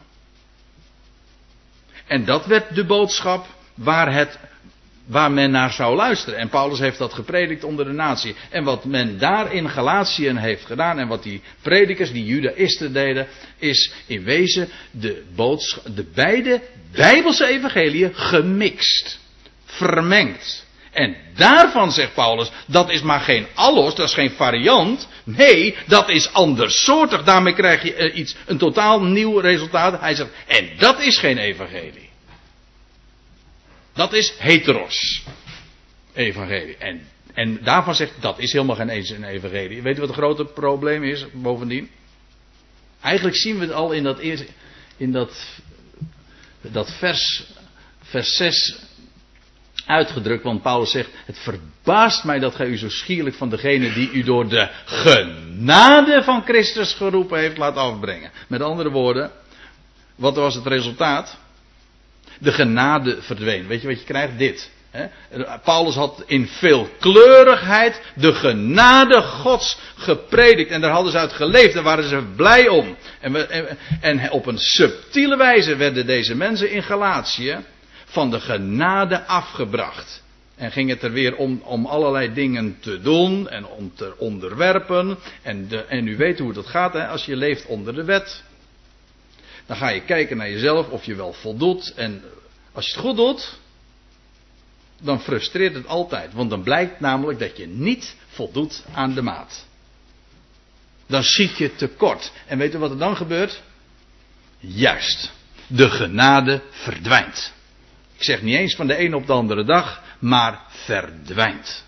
A: En dat werd de boodschap waar, het, waar men naar zou luisteren. En Paulus heeft dat gepredikt onder de natie. En wat men daar in Galatiën heeft gedaan. En wat die predikers, die Judaïsten deden. Is in wezen de, boodschap, de beide Bijbelse evangeliën gemixt. Vermengd. En daarvan zegt Paulus, dat is maar geen allos, dat is geen variant. Nee, dat is andersoortig. Daarmee krijg je iets, een totaal nieuw resultaat. Hij zegt, en dat is geen evangelie. Dat is heteros. Evangelie. En, en daarvan zegt, dat is helemaal geen eens een evangelie. Weet u wat het grote probleem is, bovendien? Eigenlijk zien we het al in dat, eerste, in dat, dat vers, vers zes... uitgedrukt, want Paulus zegt, het verbaast mij dat gij u zo schierlijk van degene die u door de genade van Christus geroepen heeft laat afbrengen. Met andere woorden, wat was het resultaat? De genade verdween. Weet je wat je krijgt? Dit. Hè? Paulus had in veelkleurigheid de genade Gods gepredikt. En daar hadden ze uit geleefd. Daar waren ze blij om. En, we, en, en op een subtiele wijze werden deze mensen in Galatië van de genade afgebracht. En ging het er weer om, om allerlei dingen te doen en om te onderwerpen. En, de, en u weet hoe dat gaat, hè? Als je leeft onder de wet. Dan ga je kijken naar jezelf of je wel voldoet. En als je het goed doet, dan frustreert het altijd. Want dan blijkt namelijk dat je niet voldoet aan de maat. Dan schiet je tekort. En weet u wat er dan gebeurt? Juist. De genade verdwijnt. Ik zeg niet eens van de ene op de andere dag, maar verdwijnt.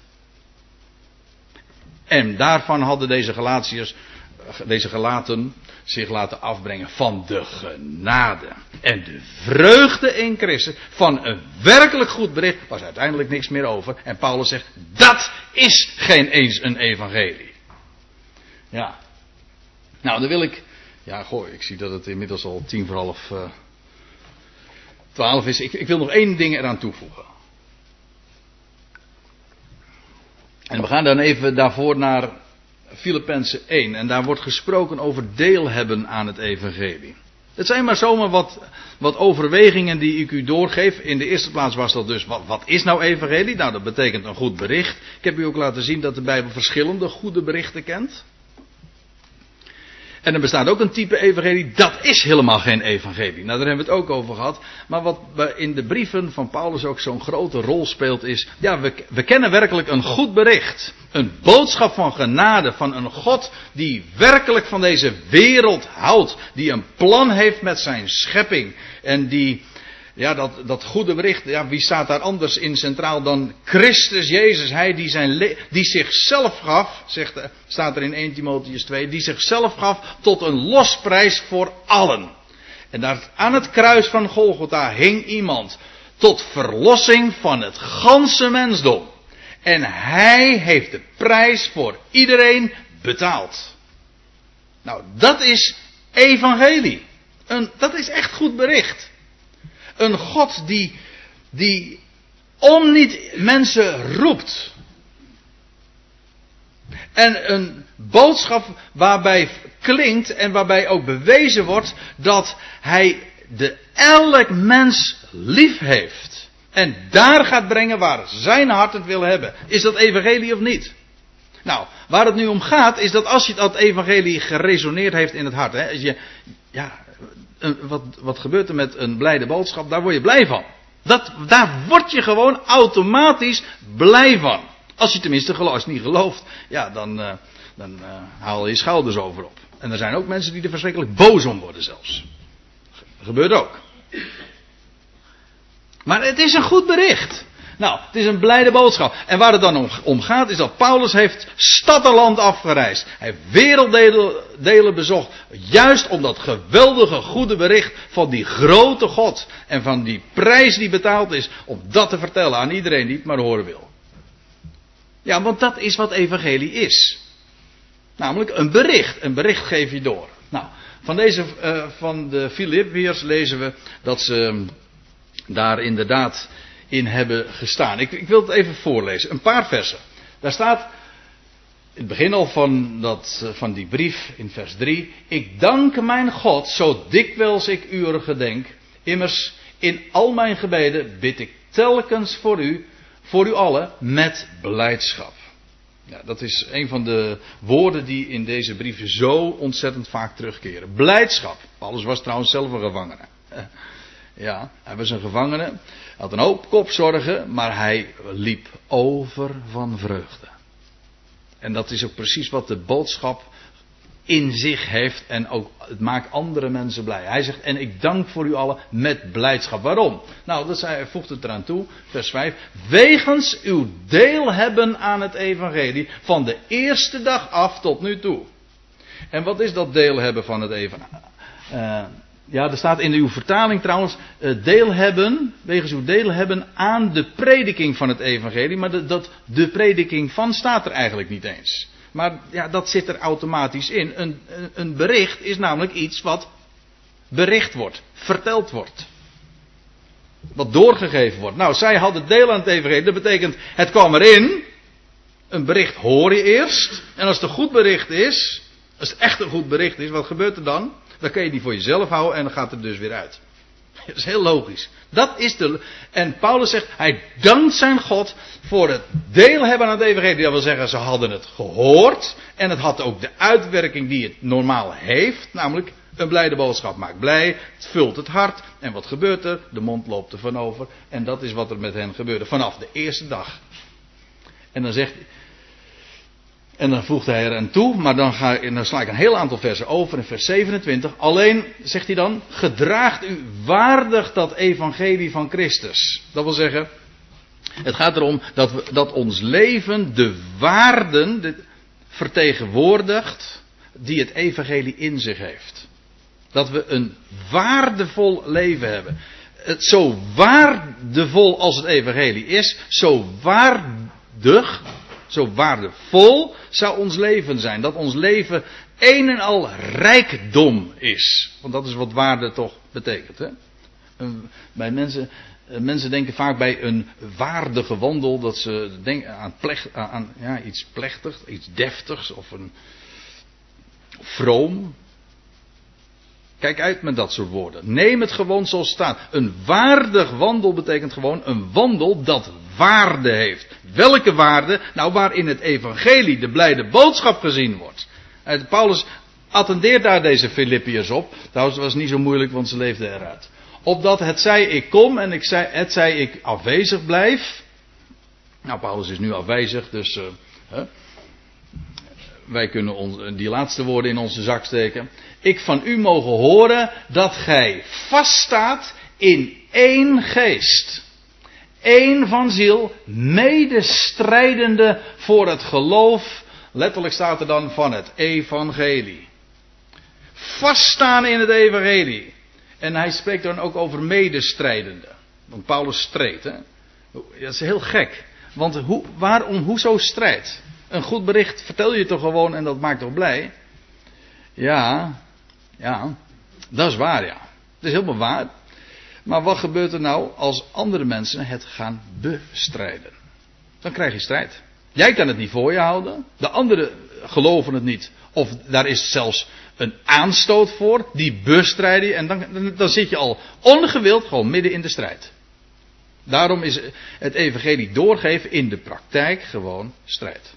A: En daarvan hadden deze Galatiërs, deze gelaten, zich laten afbrengen van de genade. En de vreugde in Christus van een werkelijk goed bericht was uiteindelijk niks meer over. En Paulus zegt, dat is geen eens een evangelie. Ja. Nou, dan wil ik, ja goh, ik zie dat het inmiddels al tien voor half uh, twaalf is. Ik, ik wil nog één ding eraan toevoegen. En we gaan dan even daarvoor naar Filippenzen één. En daar wordt gesproken over deel hebben aan het evangelie. Het zijn maar zomaar wat, wat overwegingen die ik u doorgeef. In de eerste plaats was dat dus, wat, wat is nou evangelie? Nou, dat betekent een goed bericht. Ik heb u ook laten zien dat de Bijbel verschillende goede berichten kent. En er bestaat ook een type evangelie, dat is helemaal geen evangelie. Nou, daar hebben we het ook over gehad. Maar wat in de brieven van Paulus ook zo'n grote rol speelt is, ja, we, we kennen werkelijk een goed bericht. Een boodschap van genade, van een God die werkelijk van deze wereld houdt. Die een plan heeft met zijn schepping. En die, ja, dat, dat goede bericht, ja, wie staat daar anders in centraal dan Christus Jezus. Hij die, zijn le- die zichzelf gaf, zegt, staat er in eerste Timotheüs twee, die zichzelf gaf tot een losprijs voor allen. En daar aan het kruis van Golgotha hing iemand tot verlossing van het ganse mensdom. En hij heeft de prijs voor iedereen betaald. Nou, dat is evangelie. Een, dat is echt goed bericht. Een God die, die om niet mensen roept. En een boodschap waarbij klinkt en waarbij ook bewezen wordt dat hij de elk mens lief heeft. En daar gaat brengen waar zijn hart het wil hebben. Is dat evangelie of niet? Nou, waar het nu om gaat is dat als je dat evangelie geresoneerd heeft in het hart. Hè, als je, ja, wat, wat gebeurt er met een blijde boodschap? Daar word je blij van. Dat, daar word je gewoon automatisch blij van. Als je tenminste gelooft. Als je niet gelooft, ja, dan, uh, dan uh, haal je schouders over op. En er zijn ook mensen die er verschrikkelijk boos om worden zelfs. Dat gebeurt ook. Maar het is een goed bericht. Nou, het is een blijde boodschap. En waar het dan om, om gaat is dat Paulus heeft stad en land afgereisd. Hij heeft werelddelen bezocht. Juist om dat geweldige goede bericht van die grote God. En van die prijs die betaald is. Om dat te vertellen aan iedereen die het maar horen wil. Ja, want dat is wat evangelie is. Namelijk een bericht. Een bericht geef je door. Nou, van deze, uh, van de Filippiërs lezen we dat ze um, daar inderdaad in hebben gestaan. Ik, ik wil het even voorlezen. Een paar versen. Daar staat in het begin al van, dat, van die brief in vers drie. Ik dank mijn God zo dikwijls ik u er gedenk. Immers in al mijn gebeden bid ik telkens voor u, voor u allen, met blijdschap. Ja, dat is een van de woorden die in deze brieven zo ontzettend vaak terugkeren. Blijdschap. Paulus was trouwens zelf een gevangene. Ja, hij was een gevangene. Hij had een hoop kopzorgen, maar hij liep over van vreugde. En dat is ook precies wat de boodschap in zich heeft. En ook het maakt andere mensen blij. Hij zegt, en ik dank voor u allen met blijdschap. Waarom? Nou, dat hij voegt het eraan toe. Vers vijf. Wegens uw deel hebben aan het evangelie. Van de eerste dag af tot nu toe. En wat is dat deel hebben van het evangelie? Uh, ja, er staat in uw vertaling trouwens. Uh, deel hebben. Wegens uw deel hebben aan de prediking van het evangelie. Maar de, dat de prediking van staat er eigenlijk niet eens. Maar ja, dat zit er automatisch in. Een, een bericht is namelijk iets wat bericht wordt, verteld wordt. Wat doorgegeven wordt. Nou, zij hadden deel aan het evangelie. Dat betekent, het kwam erin. Een bericht hoor je eerst. En als het een goed bericht is, als het echt een goed bericht is, wat gebeurt er dan? Dan kun je die voor jezelf houden en dan gaat het dus weer uit. Dat is heel logisch. Dat is de. En Paulus zegt, hij dankt zijn God voor het deel hebben aan het evangelie. Dat wil zeggen, ze hadden het gehoord. En het had ook de uitwerking die het normaal heeft. Namelijk, een blijde boodschap maakt blij. Het vult het hart. En wat gebeurt er? De mond loopt er van over. En dat is wat er met hen gebeurde. Vanaf de eerste dag. En dan zegt hij. En dan voegt hij er aan toe, maar dan, ga, dan sla ik een heel aantal versen over in vers zevenentwintig. Alleen, zegt hij dan, gedraagt u waardig dat evangelie van Christus. Dat wil zeggen, het gaat erom dat, we, dat ons leven de waarden de, vertegenwoordigt die het evangelie in zich heeft. Dat we een waardevol leven hebben. Het zo waardevol als het evangelie is, zo waardig... Zo waardevol zou ons leven zijn. Dat ons leven een en al rijkdom is. Want dat is wat waarde toch betekent. Hè? Bij mensen, mensen denken vaak bij een waardige wandel. Dat ze denken aan, plecht, aan ja, iets plechtigs, iets deftigs. Of een vroom. Kijk uit met dat soort woorden. Neem het gewoon zoals het staat. Een waardig wandel betekent gewoon een wandel dat waarde heeft. Welke waarde? Nou, waarin het evangelie, de blijde boodschap gezien wordt. En Paulus attendeert daar deze Filippiërs op. Trouwens, het was niet zo moeilijk, want ze leefden eruit. Opdat het zij ik kom en ik zei, het zij ik afwezig blijf. Nou, Paulus is nu afwezig, dus uh, huh? wij kunnen ons, die laatste woorden in onze zak steken. Ik van u mogen horen dat gij vaststaat in één geest. Eén van ziel, medestrijdende voor het geloof. Letterlijk staat er dan van het evangelie. Vaststaan in het evangelie. En hij spreekt dan ook over medestrijdende. Want Paulus streed. Hè? Dat is heel gek. Want hoe, waarom, hoezo strijd? Een goed bericht vertel je toch gewoon en dat maakt toch blij? Ja, ja, dat is waar, ja. Dat is helemaal waar. Maar wat gebeurt er nou als andere mensen het gaan bestrijden? Dan krijg je strijd. Jij kan het niet voor je houden. De anderen geloven het niet. Of daar is zelfs een aanstoot voor. Die bestrijden. En dan, dan, dan zit je al ongewild gewoon midden in de strijd. Daarom is het evangelie doorgeven in de praktijk gewoon strijd.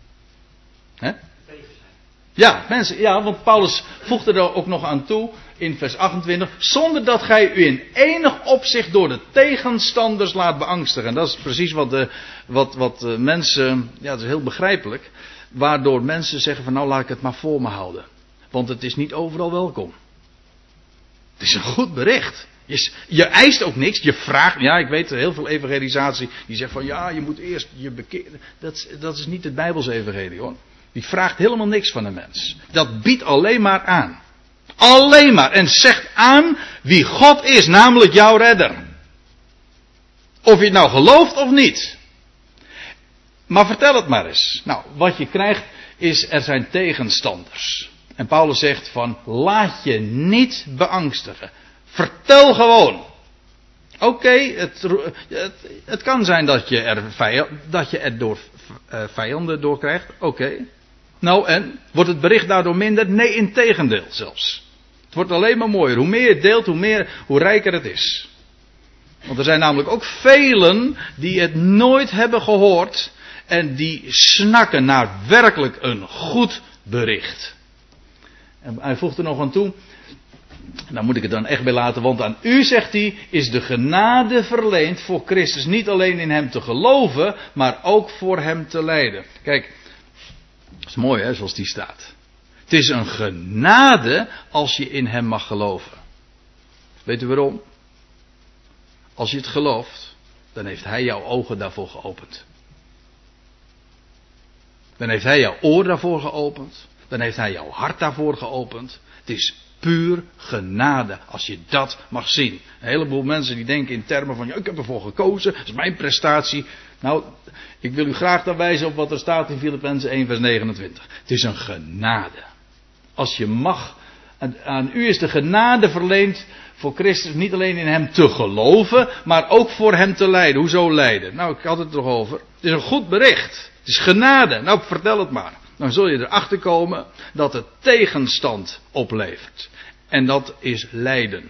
A: Hè? Ja, mensen, ja, want Paulus voegde er ook nog aan toe in vers achtentwintig. Zonder dat gij u in enig opzicht door de tegenstanders laat beangstigen. En dat is precies wat, de, wat, wat de mensen, ja, dat is heel begrijpelijk. Waardoor mensen zeggen van nou laat ik het maar voor me houden. Want het is niet overal welkom. Het is een goed bericht. Je, je eist ook niks, je vraagt, ja ik weet heel veel evangelisatie, die zegt van ja je moet eerst je bekeren. Dat, dat is niet het Bijbelse evangelie hoor. Die vraagt helemaal niks van een mens. Dat biedt alleen maar aan. Alleen maar. En zegt aan wie God is, namelijk jouw redder. Of je het nou gelooft of niet. Maar vertel het maar eens. Nou, wat je krijgt is, er zijn tegenstanders. En Paulus zegt van, laat je niet beangstigen. Vertel gewoon. Oké, okay, het, het, het kan zijn dat je er, vijand, dat je er door uh, vijanden door krijgt. Oké. Okay. Nou en, wordt het bericht daardoor minder? Nee, integendeel zelfs. Het wordt alleen maar mooier. Hoe meer je het deelt, hoe, meer, hoe rijker het is. Want er zijn namelijk ook velen die het nooit hebben gehoord. En die snakken naar werkelijk een goed bericht. En hij voegt er nog aan toe. En daar moet ik het dan echt bij laten. Want aan u, zegt hij, is de genade verleend voor Christus. Niet alleen in hem te geloven, maar ook voor hem te lijden. Kijk, dat is mooi hè, zoals die staat. Het is een genade als je in hem mag geloven. Weet u waarom? Als je het gelooft, dan heeft hij jouw ogen daarvoor geopend. Dan heeft hij jouw oor daarvoor geopend. Dan heeft hij jouw hart daarvoor geopend. Het is puur genade als je dat mag zien. Een heleboel mensen die denken in termen van ja, ik heb ervoor gekozen, dat is mijn prestatie. Nou, ik wil u graag dan wijzen op wat er staat in Filippenzen één vers negenentwintig. Het is een genade. Als je mag, aan u is de genade verleend voor Christus niet alleen in hem te geloven, maar ook voor hem te lijden. Hoezo lijden? Nou, ik had het er toch over. Het is een goed bericht. Het is genade. Nou, vertel het maar. Dan zul je erachter komen dat het tegenstand oplevert. En dat is lijden.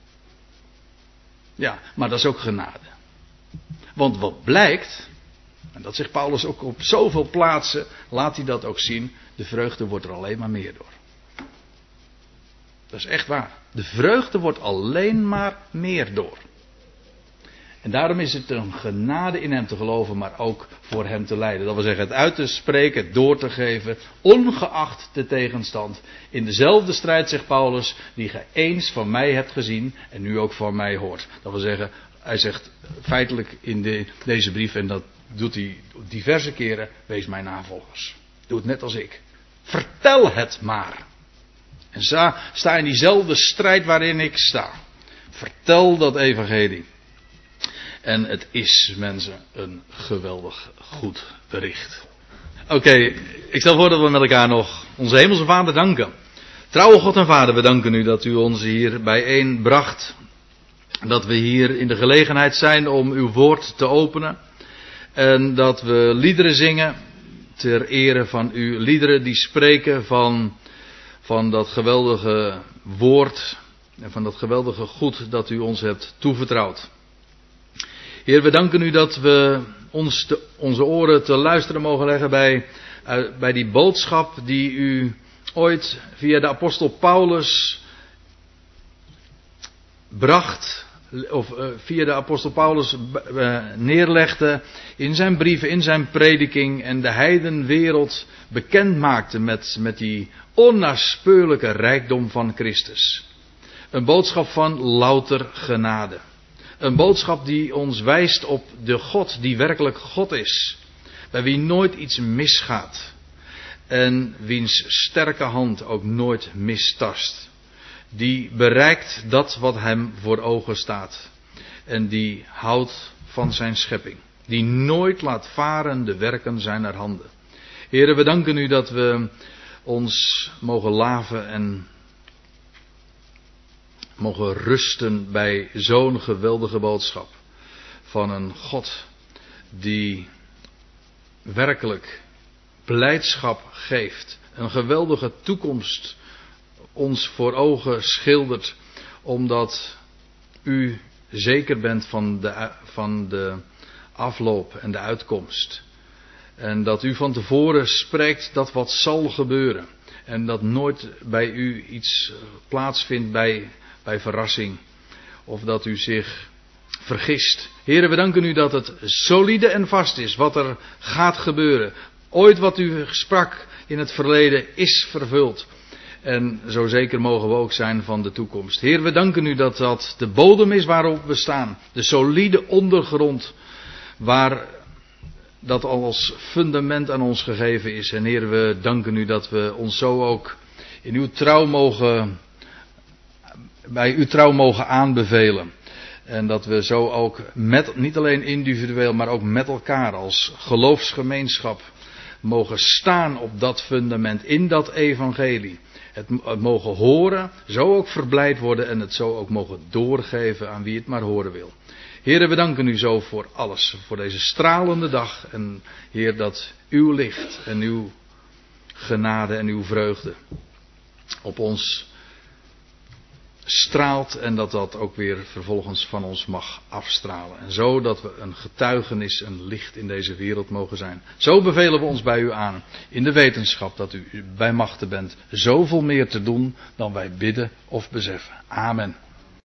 A: Ja, maar dat is ook genade. Want wat blijkt, en dat zegt Paulus ook op zoveel plaatsen, laat hij dat ook zien, de vreugde wordt er alleen maar meer door. Dat is echt waar. De vreugde wordt alleen maar meer door. En daarom is het een genade in hem te geloven, maar ook voor hem te lijden. Dat wil zeggen, het uit te spreken, het door te geven, ongeacht de tegenstand. In dezelfde strijd, zegt Paulus, die gij eens van mij hebt gezien en nu ook van mij hoort. Dat wil zeggen, hij zegt feitelijk in de, deze brief, en dat doet hij diverse keren, wees mijn navolgers. Doe het net als ik. Vertel het maar. En sta, sta in diezelfde strijd waarin ik sta. Vertel dat evangelie. En het is, mensen, een geweldig goed bericht. Oké, okay, ik stel voor dat we met elkaar nog onze hemelse Vader danken. Trouwe God en Vader, we danken u dat u ons hier bijeen bracht. Dat we hier in de gelegenheid zijn om uw woord te openen. En dat we liederen zingen ter ere van u. Liederen die spreken van, van dat geweldige woord. En van dat geweldige goed dat u ons hebt toevertrouwd. Heer, we danken u dat we ons te, onze oren te luisteren mogen leggen bij, uh, bij die boodschap die u ooit via de apostel Paulus bracht, of uh, via de apostel Paulus uh, neerlegde in zijn brieven, in zijn prediking en de heidenwereld bekend maakte met, met die onnaspeurlijke rijkdom van Christus. Een boodschap van louter genade. Een boodschap die ons wijst op de God die werkelijk God is. Bij wie nooit iets misgaat. En wiens sterke hand ook nooit mistast. Die bereikt dat wat hem voor ogen staat. En die houdt van zijn schepping. Die nooit laat varen de werken zijner handen. Heren, we danken u dat we ons mogen laven en mogen rusten bij zo'n geweldige boodschap van een God die werkelijk blijdschap geeft. Een geweldige toekomst ons voor ogen schildert, omdat u zeker bent van de, van de afloop en de uitkomst. En dat u van tevoren spreekt dat wat zal gebeuren. En dat nooit bij u iets plaatsvindt bij Bij verrassing. Of dat u zich vergist. Heren, we danken u dat het solide en vast is wat er gaat gebeuren. Ooit wat u sprak in het verleden is vervuld. En zo zeker mogen we ook zijn van de toekomst. Heer, we danken u dat dat de bodem is waarop we staan. De solide ondergrond waar dat als fundament aan ons gegeven is. En Heer, we danken u dat we ons zo ook in uw trouw mogen, bij uw trouw mogen aanbevelen. En dat we zo ook met, niet alleen individueel, maar ook met elkaar als geloofsgemeenschap mogen staan op dat fundament, in dat evangelie. Het, het mogen horen, zo ook verblijd worden en het zo ook mogen doorgeven aan wie het maar horen wil. Heer, we danken u zo voor alles, voor deze stralende dag. En Heer, dat uw licht en uw genade en uw vreugde op ons straalt en dat dat ook weer vervolgens van ons mag afstralen. En zo dat we een getuigenis, een licht in deze wereld mogen zijn. Zo bevelen we ons bij u aan, in de wetenschap dat u bij machte bent, zoveel meer te doen dan wij bidden of beseffen. Amen.